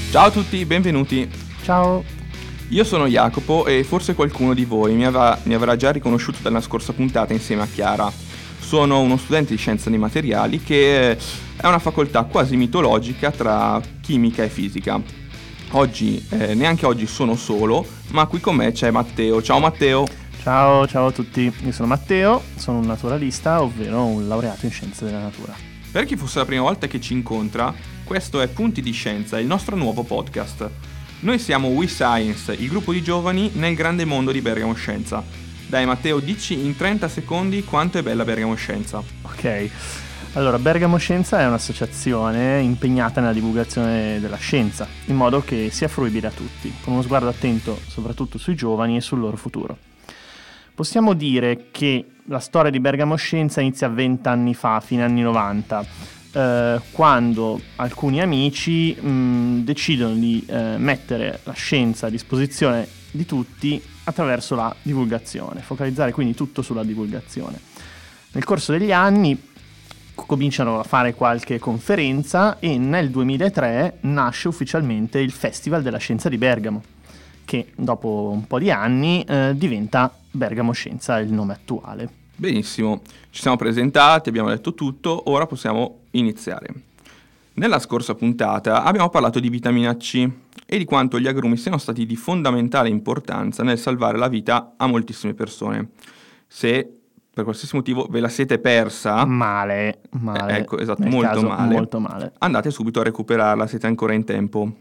Ciao a tutti, benvenuti. Ciao. Io sono Jacopo e forse qualcuno di voi mi avrà già riconosciuto dalla scorsa puntata insieme a Chiara. Sono uno studente di scienze dei materiali che è una facoltà quasi mitologica tra chimica e fisica. Oggi, neanche oggi sono solo, ma qui con me c'è Matteo. Ciao Matteo. Ciao a tutti, io sono Matteo, sono un naturalista, ovvero un laureato in scienze della natura. Per chi fosse la prima volta che ci incontra, questo è Punti di Scienza, il nostro nuovo podcast. Noi siamo We Science, il gruppo di giovani nel grande mondo di Bergamo Scienza. Dai Matteo, dici in 30 secondi quanto è bella Bergamo Scienza. Ok, allora Bergamo Scienza è un'associazione impegnata nella divulgazione della scienza, in modo che sia fruibile a tutti, con uno sguardo attento soprattutto sui giovani e sul loro futuro. Possiamo dire che la storia di Bergamo Scienza inizia 20 anni fa, fine anni 90, quando alcuni amici decidono di mettere la scienza a disposizione di tutti attraverso la divulgazione, focalizzare quindi tutto sulla divulgazione. Nel corso degli anni cominciano a fare qualche conferenza e nel 2003 nasce ufficialmente il Festival della Scienza di Bergamo, che dopo un po' di anni diventa Bergamo Scienza, il nome attuale. Benissimo, ci siamo presentati, abbiamo detto tutto, ora possiamo iniziare. Nella scorsa puntata abbiamo parlato di vitamina C e di quanto gli agrumi siano stati di fondamentale importanza nel salvare la vita a moltissime persone. Se per qualsiasi motivo ve la siete persa, male. Ecco, esatto, Nel molto caso, male. molto male. Andate subito a recuperarla, siete ancora in tempo.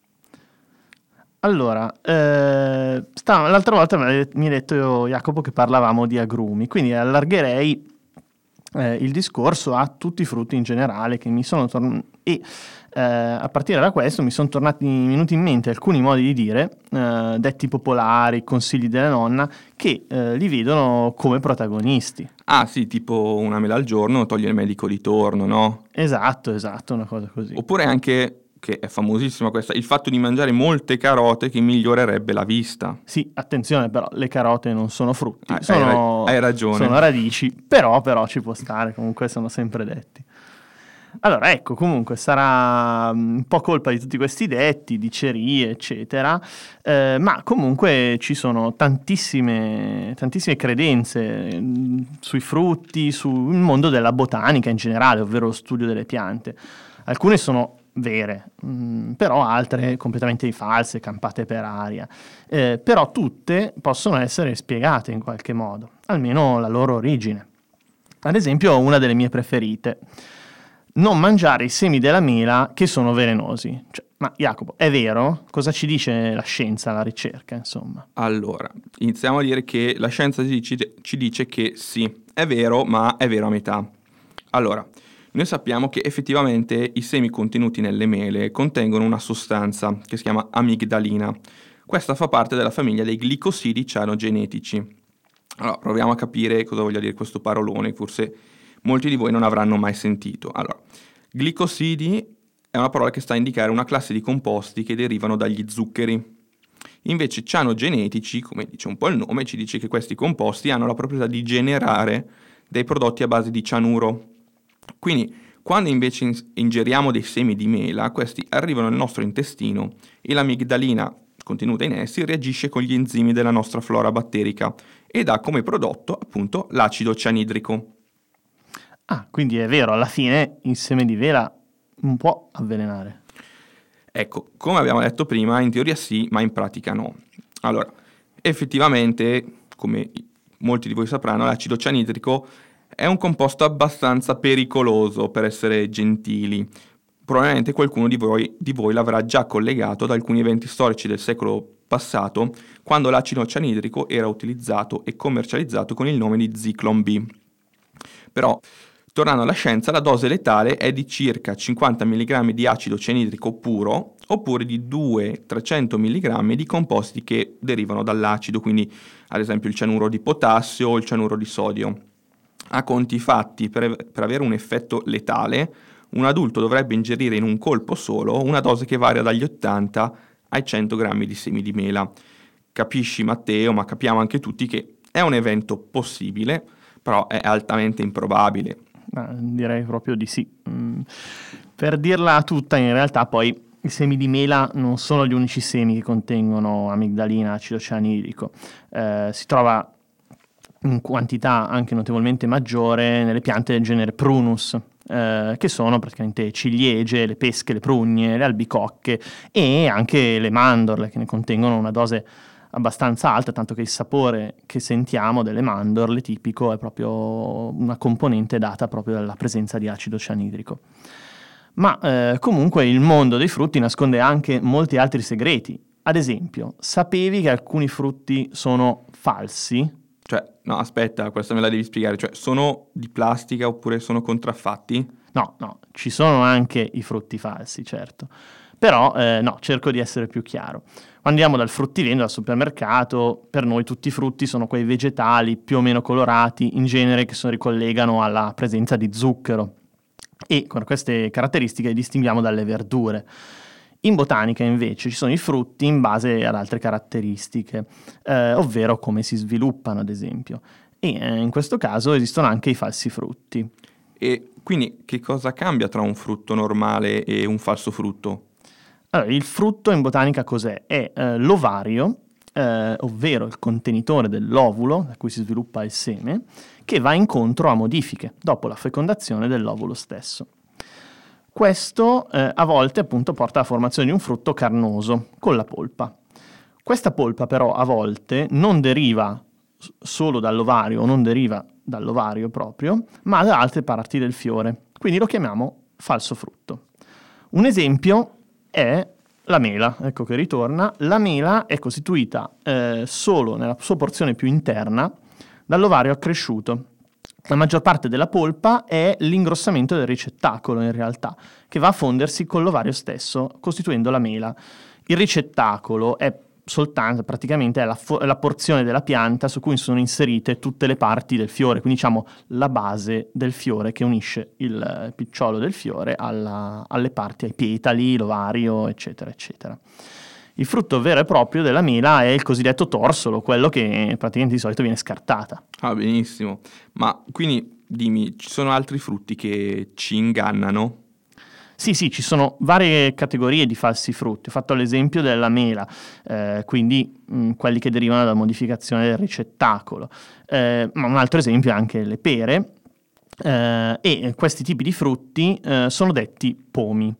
Allora, l'altra volta mi hai detto Jacopo che parlavamo di agrumi, quindi allargherei il discorso a tutti i frutti in generale che mi sono a partire da questo mi sono venuti in mente alcuni modi di dire, detti popolari, consigli della nonna, che li vedono come protagonisti. Ah sì, tipo una mela al giorno toglie il medico di torno, no? Esatto, una cosa così. Oppure anche, che è famosissima questa, il fatto di mangiare molte carote che migliorerebbe la vista. Sì, attenzione però, le carote non sono frutti, Hai ragione. Sono radici, però ci può stare, comunque sono sempre detti. Allora ecco, comunque sarà un po' colpa di tutti questi detti, dicerie, eccetera, ma comunque ci sono tantissime credenze sui frutti, sul mondo della botanica in generale, ovvero lo studio delle piante. Alcune sono vere, però altre completamente false, campate per aria. Però tutte possono essere spiegate in qualche modo, almeno la loro origine. Ad esempio, una delle mie preferite: non mangiare i semi della mela che sono velenosi. Ma Jacopo, è vero? Cosa ci dice la scienza, la ricerca, insomma? Allora, iniziamo a dire che la scienza ci dice che sì, è vero, ma è vero a metà. Allora, noi sappiamo che effettivamente i semi contenuti nelle mele contengono una sostanza che si chiama amigdalina. Questa fa parte della famiglia dei glicosidi cianogenetici. Allora, proviamo a capire cosa voglia dire questo parolone, forse molti di voi non avranno mai sentito. Allora, glicosidi è una parola che sta a indicare una classe di composti che derivano dagli zuccheri. Invece cianogenetici, come dice un po' il nome, ci dice che questi composti hanno la proprietà di generare dei prodotti a base di cianuro. Quindi, quando invece ingeriamo dei semi di mela, questi arrivano nel nostro intestino e l'amigdalina contenuta in essi reagisce con gli enzimi della nostra flora batterica e dà come prodotto appunto l'acido cianidrico. Ah, quindi è vero, alla fine il seme di mela non può avvelenare. Ecco, come abbiamo detto prima, in teoria sì, ma in pratica no. Allora, effettivamente, come molti di voi sapranno, l'acido cianidrico è un composto abbastanza pericoloso, per essere gentili. Probabilmente qualcuno di voi l'avrà già collegato ad alcuni eventi storici del secolo passato, quando l'acido cianidrico era utilizzato e commercializzato con il nome di Zyklon B. Però, tornando alla scienza, la dose letale è di circa 50 mg di acido cianidrico puro oppure di 200-300 mg di composti che derivano dall'acido, quindi ad esempio il cianuro di potassio o il cianuro di sodio. A conti fatti, per avere un effetto letale, un adulto dovrebbe ingerire in un colpo solo una dose che varia dagli 80 ai 100 grammi di semi di mela. Capisci Matteo, ma capiamo anche tutti che è un evento possibile, però è altamente improbabile. Direi proprio di sì. Per dirla tutta, in realtà poi i semi di mela non sono gli unici semi che contengono amigdalina, acido cianidrico. Si trova in quantità anche notevolmente maggiore nelle piante del genere Prunus, che sono praticamente ciliegie, le pesche, le prugne, le albicocche e anche le mandorle, che ne contengono una dose abbastanza alta, tanto che il sapore che sentiamo delle mandorle tipico è proprio una componente data proprio dalla presenza di acido cianidrico. Ma comunque il mondo dei frutti nasconde anche molti altri segreti. Ad esempio, sapevi che alcuni frutti sono falsi? Cioè, no, aspetta, questa me la devi spiegare. Cioè, sono di plastica oppure sono contraffatti? No, ci sono anche i frutti falsi, certo. Però, no, cerco di essere più chiaro. Quando andiamo dal fruttivendolo al supermercato, per noi tutti i frutti sono quei vegetali più o meno colorati, in genere che si ricollegano alla presenza di zucchero. E con queste caratteristiche li distinguiamo dalle verdure. In botanica invece ci sono i frutti in base ad altre caratteristiche, ovvero come si sviluppano ad esempio. E in questo caso esistono anche i falsi frutti. E quindi che cosa cambia tra un frutto normale e un falso frutto? Allora, il frutto in botanica cos'è? È l'ovario, ovvero il contenitore dell'ovulo da cui si sviluppa il seme, che va incontro a modifiche dopo la fecondazione dell'ovulo stesso. Questo a volte appunto porta alla formazione di un frutto carnoso con la polpa. Questa polpa però a volte non deriva solo dall'ovario o non deriva dall'ovario proprio, ma da altre parti del fiore. Quindi lo chiamiamo falso frutto. Un esempio è la mela, ecco che ritorna. La mela è costituita solo nella sua porzione più interna dall'ovario accresciuto. La maggior parte della polpa è l'ingrossamento del ricettacolo, in realtà, che va a fondersi con l'ovario stesso, costituendo la mela. Il ricettacolo è soltanto, praticamente, la porzione della pianta su cui sono inserite tutte le parti del fiore, quindi diciamo la base del fiore che unisce il picciolo del fiore alle parti, ai petali, l'ovario, eccetera, eccetera. Il frutto vero e proprio della mela è il cosiddetto torsolo, quello che praticamente di solito viene scartata. Ah, benissimo. Ma quindi dimmi, ci sono altri frutti che ci ingannano? Sì, ci sono varie categorie di falsi frutti. Ho fatto l'esempio della mela, quindi quelli che derivano dalla modificazione del ricettacolo. Ma un altro esempio è anche le pere, e questi tipi di frutti sono detti pomi.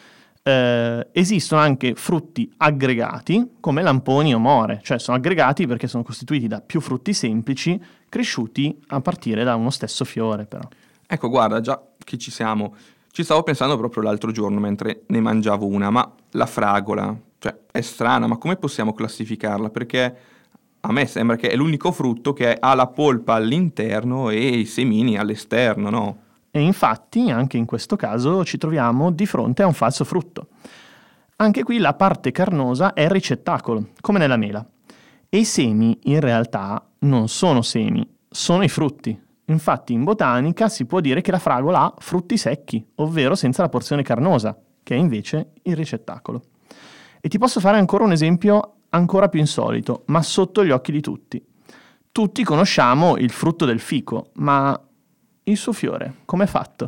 Esistono anche frutti aggregati come lamponi o more, cioè sono aggregati perché sono costituiti da più frutti semplici cresciuti a partire da uno stesso fiore però. Ecco, guarda, già che ci siamo, ci stavo pensando proprio l'altro giorno mentre ne mangiavo una, ma la fragola, cioè è strana, ma come possiamo classificarla? Perché a me sembra che è l'unico frutto che ha la polpa all'interno e i semini all'esterno, no? E infatti, anche in questo caso, ci troviamo di fronte a un falso frutto. Anche qui la parte carnosa è il ricettacolo, come nella mela. E i semi, in realtà, non sono semi, sono i frutti. Infatti, in botanica si può dire che la fragola ha frutti secchi, ovvero senza la porzione carnosa, che è invece il ricettacolo. E ti posso fare ancora un esempio ancora più insolito, ma sotto gli occhi di tutti. Tutti conosciamo il frutto del fico, ma il suo fiore, com'è fatto?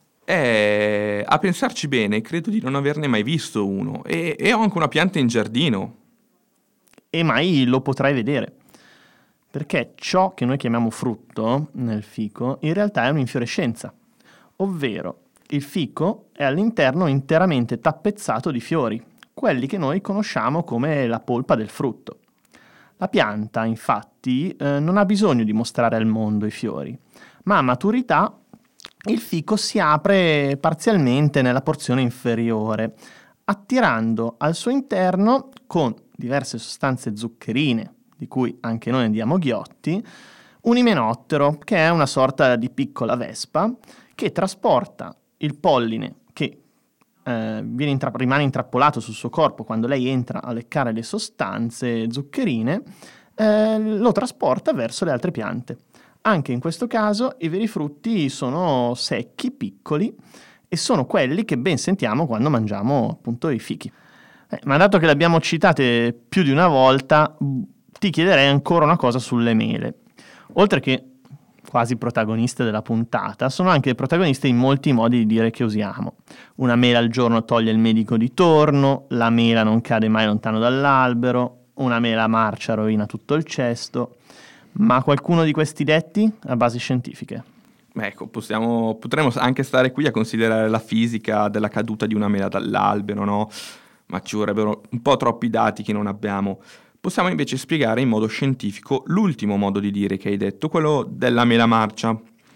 A pensarci bene, credo di non averne mai visto uno. E ho anche una pianta in giardino. E mai lo potrai vedere. Perché ciò che noi chiamiamo frutto nel fico in realtà è un'infiorescenza. Ovvero, il fico è all'interno interamente tappezzato di fiori, quelli che noi conosciamo come la polpa del frutto. La pianta, infatti, non ha bisogno di mostrare al mondo i fiori, ma a maturità il fico si apre parzialmente nella porzione inferiore, attirando al suo interno, con diverse sostanze zuccherine, di cui anche noi andiamo ghiotti, un imenottero, che è una sorta di piccola vespa, che trasporta il polline che rimane intrappolato sul suo corpo quando lei entra a leccare le sostanze zuccherine, lo trasporta verso le altre piante. Anche in questo caso i veri frutti sono secchi, piccoli, e sono quelli che ben sentiamo quando mangiamo appunto i fichi. Ma dato che le abbiamo citate più di una volta, ti chiederei ancora una cosa sulle mele. Oltre che quasi protagoniste della puntata, sono anche protagoniste in molti modi di dire che usiamo. Una mela al giorno toglie il medico di torno, la mela non cade mai lontano dall'albero, una mela marcia rovina tutto il cesto. Ma qualcuno di questi detti ha basi scientifiche? Ecco, potremmo anche stare qui a considerare la fisica della caduta di una mela dall'albero, no? Ma ci vorrebbero un po' troppi dati che non abbiamo. Possiamo invece spiegare in modo scientifico l'ultimo modo di dire che hai detto, quello della mela marcia.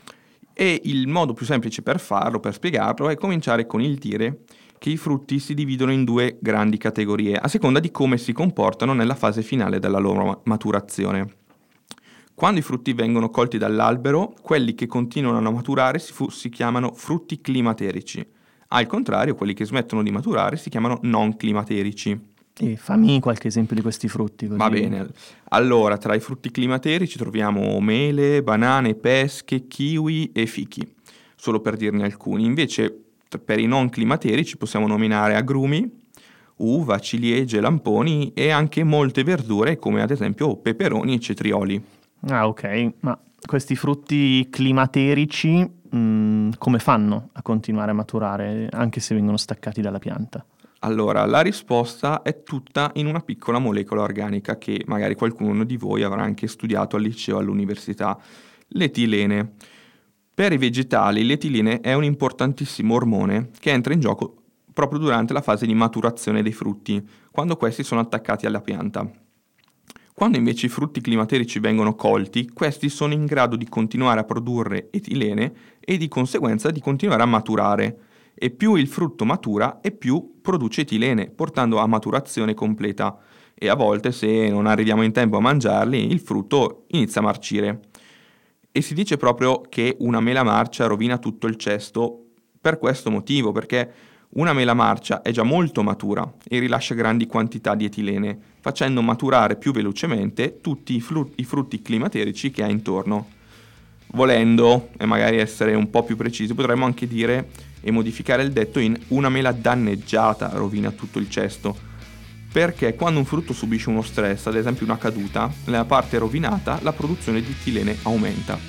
E il modo più semplice per farlo, per spiegarlo, è cominciare con il dire che i frutti si dividono in due grandi categorie, a seconda di come si comportano nella fase finale della loro maturazione. Quando i frutti vengono colti dall'albero, quelli che continuano a maturare si chiamano frutti climaterici. Al contrario, quelli che smettono di maturare si chiamano non climaterici. E fammi qualche esempio di questi frutti. Così. Va bene. Allora, tra i frutti climaterici troviamo mele, banane, pesche, kiwi e fichi, solo per dirne alcuni. Invece, per i non climaterici possiamo nominare agrumi, uva, ciliegie, lamponi e anche molte verdure come ad esempio peperoni e cetrioli. Ah, ok, ma questi frutti climaterici come fanno a continuare a maturare anche se vengono staccati dalla pianta? Allora, la risposta è tutta in una piccola molecola organica che magari qualcuno di voi avrà anche studiato al liceo o all'università, l'etilene. Per i vegetali l'etilene è un importantissimo ormone che entra in gioco proprio durante la fase di maturazione dei frutti, quando questi sono attaccati alla pianta. Quando invece i frutti climaterici vengono colti, questi sono in grado di continuare a produrre etilene e di conseguenza di continuare a maturare. E più il frutto matura e più produce etilene, portando a maturazione completa. E a volte, se non arriviamo in tempo a mangiarli, il frutto inizia a marcire. E si dice proprio che una mela marcia rovina tutto il cesto per questo motivo, perché una mela marcia è già molto matura e rilascia grandi quantità di etilene, facendo maturare più velocemente tutti i frutti climaterici che ha intorno. Volendo, e magari essere un po' più precisi, potremmo anche dire e modificare il detto in una mela danneggiata rovina tutto il cesto, perché quando un frutto subisce uno stress, ad esempio una caduta, nella parte rovinata la produzione di etilene aumenta.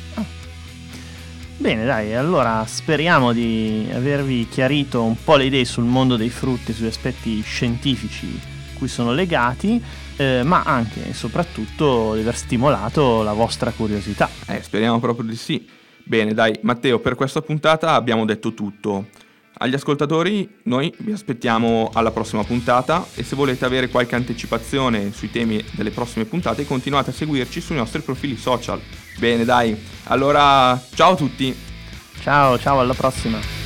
Bene, dai, allora speriamo di avervi chiarito un po' le idee sul mondo dei frutti, sugli aspetti scientifici cui sono legati, ma anche e soprattutto di aver stimolato la vostra curiosità. Speriamo proprio di sì. Bene, dai, Matteo, per questa puntata abbiamo detto tutto. Agli ascoltatori noi vi aspettiamo alla prossima puntata e se volete avere qualche anticipazione sui temi delle prossime puntate continuate a seguirci sui nostri profili social. Bene, dai, allora ciao a tutti! Ciao, alla prossima!